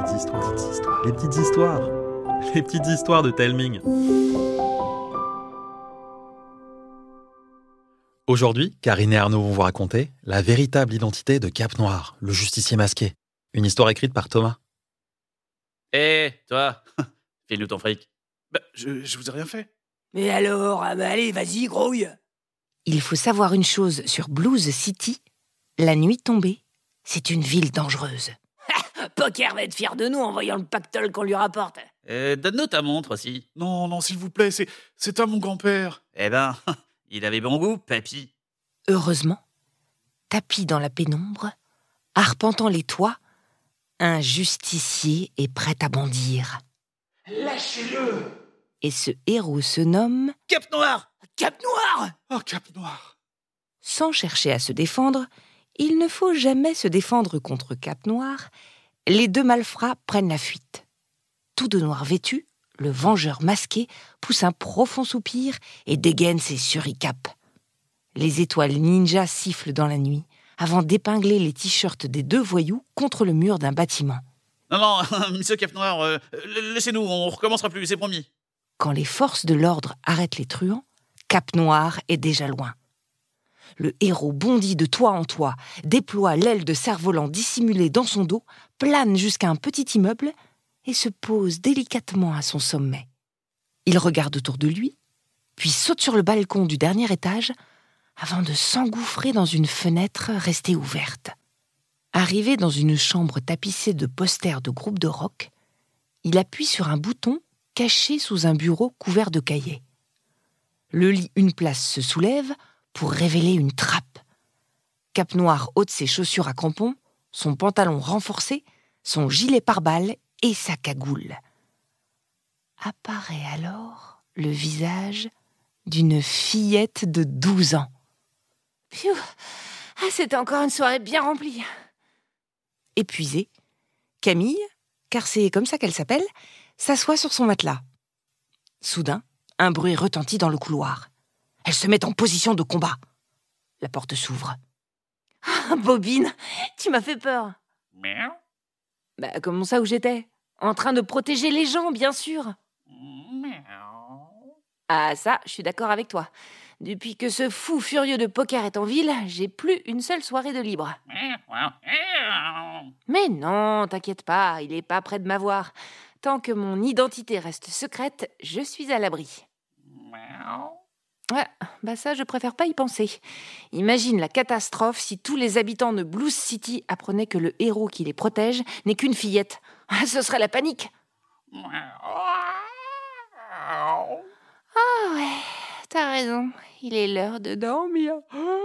petites histoires, les petites histoires, les petites histoires de Telming. Aujourd'hui, Karine et Arnaud vont vous raconter la véritable identité de Cap Noir, le justicier masqué. Une histoire écrite par Thomas. Toi, file-nous ton fric. Je vous ai rien fait. Mais alors, allez, vas-y, grouille. Il faut savoir une chose sur Blues City. La nuit tombée, c'est une ville dangereuse. Poker va être fier de nous en voyant le pactole qu'on lui rapporte. Donne-nous ta montre aussi. Non, s'il vous plaît, c'est à mon grand-père. Il avait bon goût, papy. Heureusement, tapi dans la pénombre, arpentant les toits, un justicier est prêt à bondir. Lâchez-le! Et ce héros se nomme... Cap Noir! Cap Noir! Oh, Cap Noir! Sans chercher à se défendre, il ne faut jamais se défendre contre Cap Noir. Les deux malfrats prennent la fuite. Tout de noir vêtu, le vengeur masqué pousse un profond soupir et dégaine ses suricapes. Les étoiles ninja sifflent dans la nuit avant d'épingler les t-shirts des deux voyous contre le mur d'un bâtiment. Non, monsieur Cap Noir, laissez-nous, on recommencera plus, c'est promis. Quand les forces de l'ordre arrêtent les truands, Cap Noir est déjà loin. Le héros bondit de toit en toit, déploie l'aile de cerf-volant dissimulée dans son dos, plane jusqu'à un petit immeuble et se pose délicatement à son sommet. Il regarde autour de lui, puis saute sur le balcon du dernier étage avant de s'engouffrer dans une fenêtre restée ouverte. Arrivé dans une chambre tapissée de posters de groupes de rock, il appuie sur un bouton caché sous un bureau couvert de cahiers. Le lit une place se soulève pour révéler une trappe. Cap Noir ôte ses chaussures à crampons, son pantalon renforcé, son gilet pare-balles et sa cagoule. Apparaît alors le visage d'une fillette de 12 ans. Pfiou, c'était encore une soirée bien remplie. Épuisée, Camille, car c'est comme ça qu'elle s'appelle, s'assoit sur son matelas. Soudain, un bruit retentit dans le couloir. Elle se met en position de combat. La porte s'ouvre. Ah, Bobine, tu m'as fait peur. Miaou. Comment ça où j'étais? En train de protéger les gens, bien sûr. Miaou. Ah ça, je suis d'accord avec toi. Depuis que ce fou furieux de poker est en ville, j'ai plus une seule soirée de libre. Mais non, t'inquiète pas, il est pas près de m'avoir. Tant que mon identité reste secrète, je suis à l'abri. Ouais, ça, je préfère pas y penser. Imagine la catastrophe si tous les habitants de Blues City apprenaient que le héros qui les protège n'est qu'une fillette. Ce serait la panique. Ah ouais, t'as raison, il est l'heure de dormir.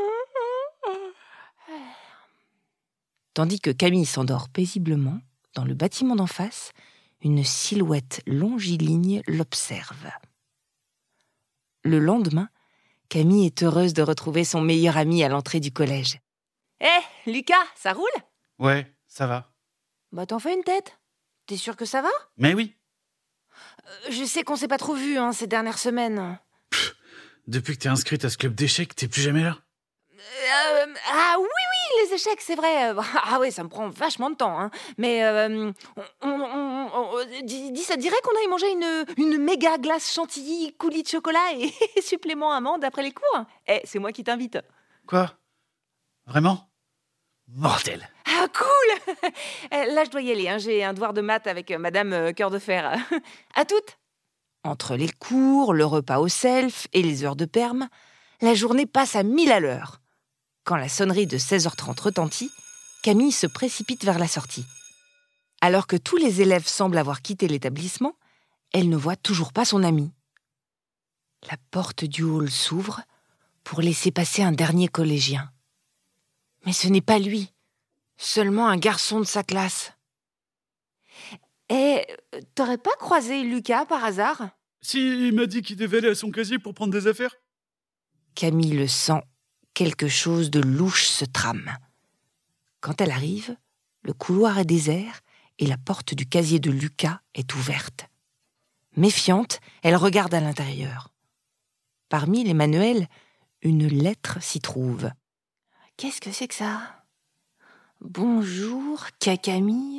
Tandis que Camille s'endort paisiblement, dans le bâtiment d'en face, une silhouette longiligne l'observe. Le lendemain, Camille est heureuse de retrouver son meilleur ami à l'entrée du collège. Lucas, ça roule? Ouais, ça va. T'en fais une tête. T'es sûr que ça va? Mais oui. Je sais qu'on s'est pas trop vus ces dernières semaines. Depuis que t'es inscrite à ce club d'échecs, t'es plus jamais là. Oui, les échecs, c'est vrai. Ah ouais, ça me prend vachement de temps. Hein. Mais ça te dirait qu'on aille manger une méga glace chantilly, coulis de chocolat et supplément amande après les cours? C'est moi qui t'invite. Quoi? Vraiment? Mortel. Ah, cool. Là, je dois y aller. J'ai un devoir de maths avec Madame Cœur de Fer. À toutes. Entre les cours, le repas au self et les heures de perm, la journée passe à 1000 à l'heure. Quand la sonnerie de 16h30 retentit, Camille se précipite vers la sortie. Alors que tous les élèves semblent avoir quitté l'établissement, elle ne voit toujours pas son ami. La porte du hall s'ouvre pour laisser passer un dernier collégien. Mais ce n'est pas lui, seulement un garçon de sa classe. T'aurais pas croisé Lucas par hasard? Si, il m'a dit qu'il devait aller à son casier pour prendre des affaires. Camille le sent. Quelque chose de louche se trame. Quand elle arrive, le couloir est désert et la porte du casier de Lucas est ouverte. Méfiante, elle regarde à l'intérieur. Parmi les manuels, une lettre s'y trouve. Qu'est-ce que c'est que ça? Bonjour, Camille.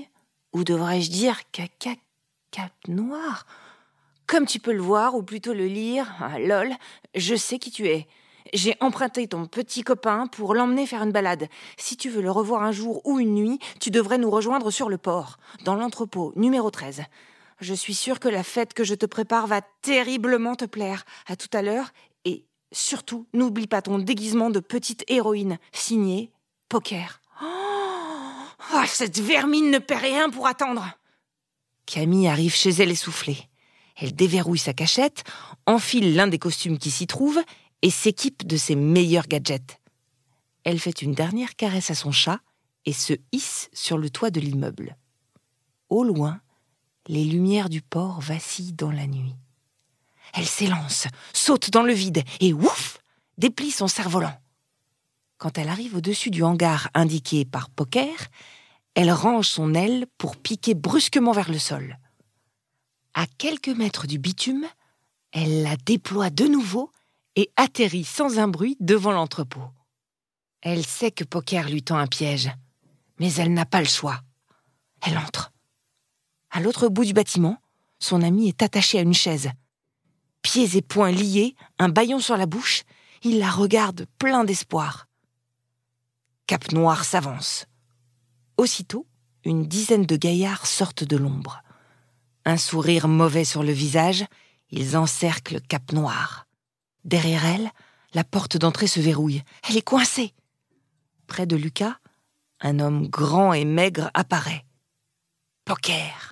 Ou devrais-je dire Cap Noir? Comme tu peux le voir, ou plutôt le lire, lol, je sais qui tu es. J'ai emprunté ton petit copain pour l'emmener faire une balade. Si tu veux le revoir un jour ou une nuit, tu devrais nous rejoindre sur le port, dans l'entrepôt numéro 13. Je suis sûre que la fête que je te prépare va terriblement te plaire. À tout à l'heure, et surtout, n'oublie pas ton déguisement de petite héroïne, signé Poker. Oh, cette vermine ne paie rien pour attendre. Camille arrive chez elle essoufflée. Elle déverrouille sa cachette, enfile l'un des costumes qui s'y trouvent et s'équipe de ses meilleurs gadgets. Elle fait une dernière caresse à son chat et se hisse sur le toit de l'immeuble. Au loin, les lumières du port vacillent dans la nuit. Elle s'élance, saute dans le vide et ouf, déplie son cerf-volant. Quand elle arrive au-dessus du hangar indiqué par Poker, elle range son aile pour piquer brusquement vers le sol. À quelques mètres du bitume, elle la déploie de nouveau et atterrit sans un bruit devant l'entrepôt. Elle sait que Poker lui tend un piège, mais elle n'a pas le choix. Elle entre. À l'autre bout du bâtiment, son ami est attaché à une chaise. Pieds et poings liés, un bâillon sur la bouche, il la regarde plein d'espoir. Cap Noir s'avance. Aussitôt, une dizaine de gaillards sortent de l'ombre. Un sourire mauvais sur le visage, ils encerclent Cap Noir. Derrière elle, la porte d'entrée se verrouille. Elle est coincée. Près de Lucas, un homme grand et maigre apparaît. Poker.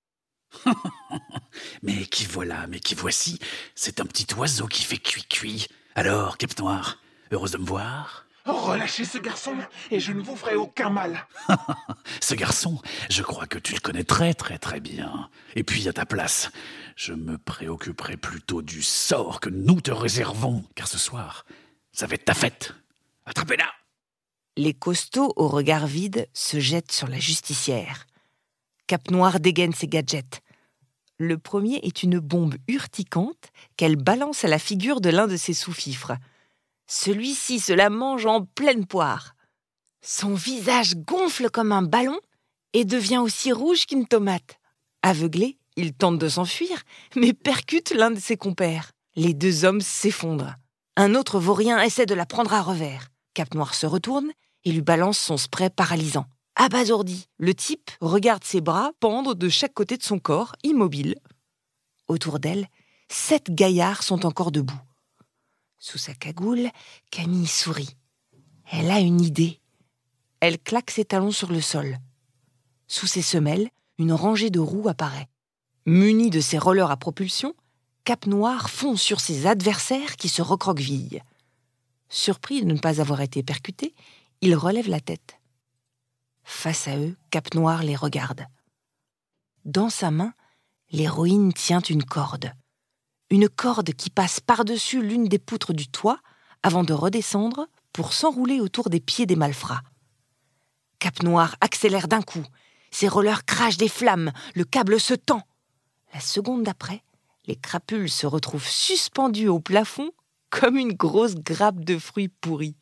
Mais qui voilà, mais qui voici. C'est un petit oiseau qui fait cuit-cuit. Alors, Cap Noir, heureuse de me voir? Relâchez ce garçon et je ne vous ferai aucun mal. Ce garçon, je crois que tu le connais très très très bien. Et puis à ta place, je me préoccuperai plutôt du sort que nous te réservons, car ce soir, ça va être ta fête. Attrapez-la! Les costauds au regard vide se jettent sur la justicière. Cap Noir dégaine ses gadgets. Le premier est une bombe urticante qu'elle balance à la figure de l'un de ses sous-fifres. Celui-ci se la mange en pleine poire. Son visage gonfle comme un ballon et devient aussi rouge qu'une tomate. Aveuglé, il tente de s'enfuir, mais percute l'un de ses compères. Les deux hommes s'effondrent. Un autre vaurien essaie de la prendre à revers. Cap Noir se retourne et lui balance son spray paralysant. Abasourdi, le type regarde ses bras pendre de chaque côté de son corps, immobile. Autour d'elle, 7 gaillards sont encore debout. Sous sa cagoule, Camille sourit. Elle a une idée. Elle claque ses talons sur le sol. Sous ses semelles, une rangée de roues apparaît. Muni de ses rollers à propulsion, Cap Noir fonce sur ses adversaires qui se recroquevillent. Surpris de ne pas avoir été percuté, il relève la tête. Face à eux, Cap Noir les regarde. Dans sa main, l'héroïne tient une corde. Une corde qui passe par-dessus l'une des poutres du toit avant de redescendre pour s'enrouler autour des pieds des malfrats. Cap Noir accélère d'un coup. Ses rollers crachent des flammes, le câble se tend. La seconde d'après, les crapules se retrouvent suspendues au plafond comme une grosse grappe de fruits pourris.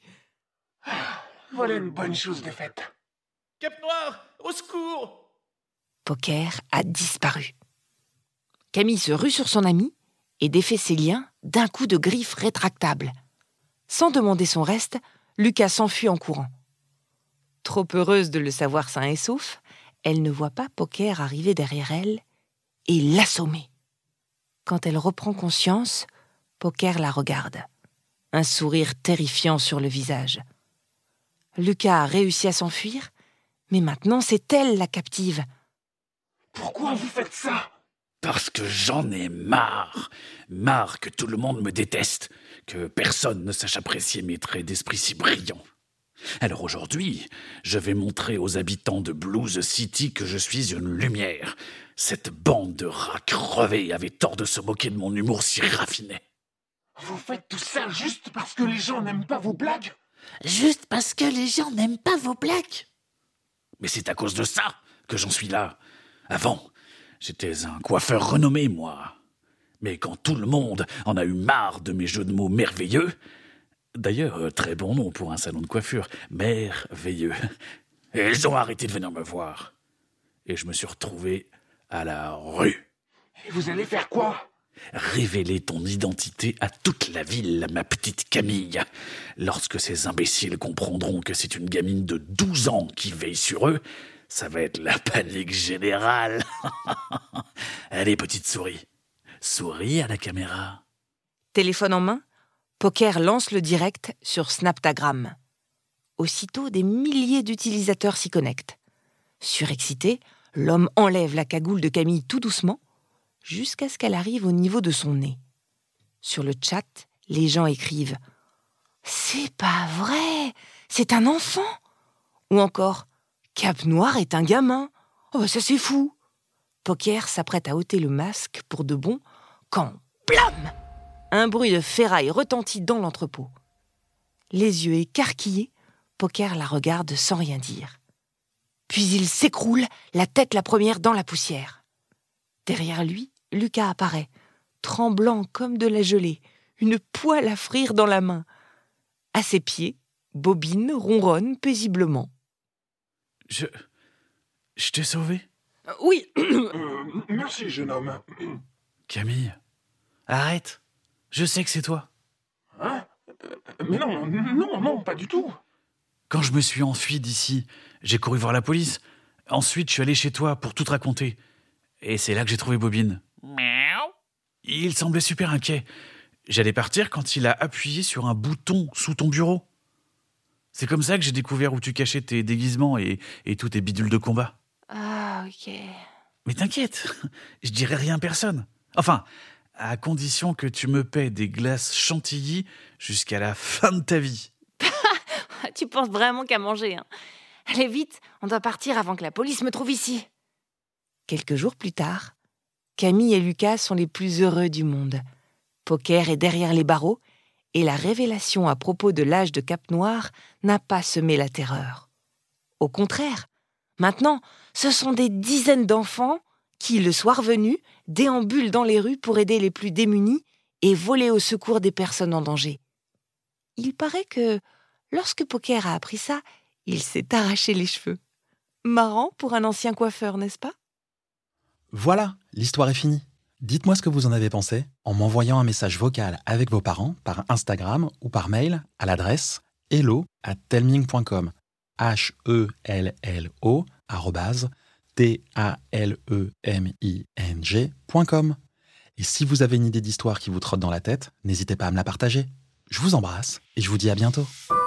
Voilà une bonne chose de faite. Cap Noir, au secours! Poker a disparu. Camille se rue sur son ami et défait ses liens d'un coup de griffe rétractable. Sans demander son reste, Lucas s'enfuit en courant. Trop heureuse de le savoir sain et sauf, elle ne voit pas Poker arriver derrière elle et l'assommer. Quand elle reprend conscience, Poker la regarde. Un sourire terrifiant sur le visage. Lucas a réussi à s'enfuir, mais maintenant c'est elle la captive. Pourquoi vous faites ça? Parce que j'en ai marre. Marre que tout le monde me déteste, que personne ne sache apprécier mes traits d'esprit si brillants. Alors aujourd'hui, je vais montrer aux habitants de Blues City que je suis une lumière. Cette bande de rats crevés avait tort de se moquer de mon humour si raffiné. Vous faites tout ça juste parce que les gens n'aiment pas vos blagues? Juste parce que les gens n'aiment pas vos blagues? Mais c'est à cause de ça que j'en suis là. Avant, j'étais un coiffeur renommé, moi. Mais quand tout le monde en a eu marre de mes jeux de mots merveilleux, d'ailleurs, très bon nom pour un salon de coiffure, merveilleux, ils ont arrêté de venir me voir. et je me suis retrouvé à la rue. Et vous allez faire quoi? Révéler ton identité à toute la ville, ma petite Camille. Lorsque ces imbéciles comprendront que c'est une gamine de 12 ans qui veille sur eux, ça va être la panique générale. Allez, petite souris. Souris à la caméra. Téléphone en main, Poker lance le direct sur Snaptagram. Aussitôt, des milliers d'utilisateurs s'y connectent. Surexcité, l'homme enlève la cagoule de Camille tout doucement, jusqu'à ce qu'elle arrive au niveau de son nez. Sur le chat, les gens écrivent « C'est pas vrai, c'est un enfant !» Ou encore « Cap Noir est un gamin. Oh, ça c'est fou !» Poker s'apprête à ôter le masque pour de bon, quand « Blam !» un bruit de ferraille retentit dans l'entrepôt. Les yeux écarquillés, Poker la regarde sans rien dire. Puis il s'écroule, la tête la première dans la poussière. Derrière lui, Lucas apparaît, tremblant comme de la gelée, une poêle à frire dans la main. À ses pieds, Bobine ronronne paisiblement. Je t'ai sauvé, Oui, Merci, jeune homme. Camille. Arrête. Je sais que c'est toi. Hein? Mais non, pas du tout. Quand je me suis enfui d'ici, j'ai couru voir la police. Ensuite, je suis allé chez toi pour tout te raconter. Et c'est là que j'ai trouvé Bobine. Miaou. Il semblait super inquiet. J'allais partir quand il a appuyé sur un bouton sous ton bureau. C'est comme ça que j'ai découvert où tu cachais tes déguisements et tous tes bidules de combat. Ah, ok. Mais t'inquiète, je dirai rien à personne. Enfin, à condition que tu me paies des glaces chantilly jusqu'à la fin de ta vie. Tu penses vraiment qu'à manger, hein? Allez vite, on doit partir avant que la police me trouve ici. Quelques jours plus tard, Camille et Lucas sont les plus heureux du monde. Poker est derrière les barreaux et la révélation à propos de l'âge de Cap Noir n'a pas semé la terreur. Au contraire, maintenant, ce sont des dizaines d'enfants qui, le soir venu, déambulent dans les rues pour aider les plus démunis et voler au secours des personnes en danger. Il paraît que, lorsque Poker a appris ça, il s'est arraché les cheveux. Marrant pour un ancien coiffeur, n'est-ce pas? Voilà, l'histoire est finie. Dites-moi ce que vous en avez pensé en m'envoyant un message vocal avec vos parents par Instagram ou par mail à l'adresse hello@telming.com hello@taleming.com. Et si vous avez une idée d'histoire qui vous trotte dans la tête, n'hésitez pas à me la partager. Je vous embrasse et je vous dis à bientôt.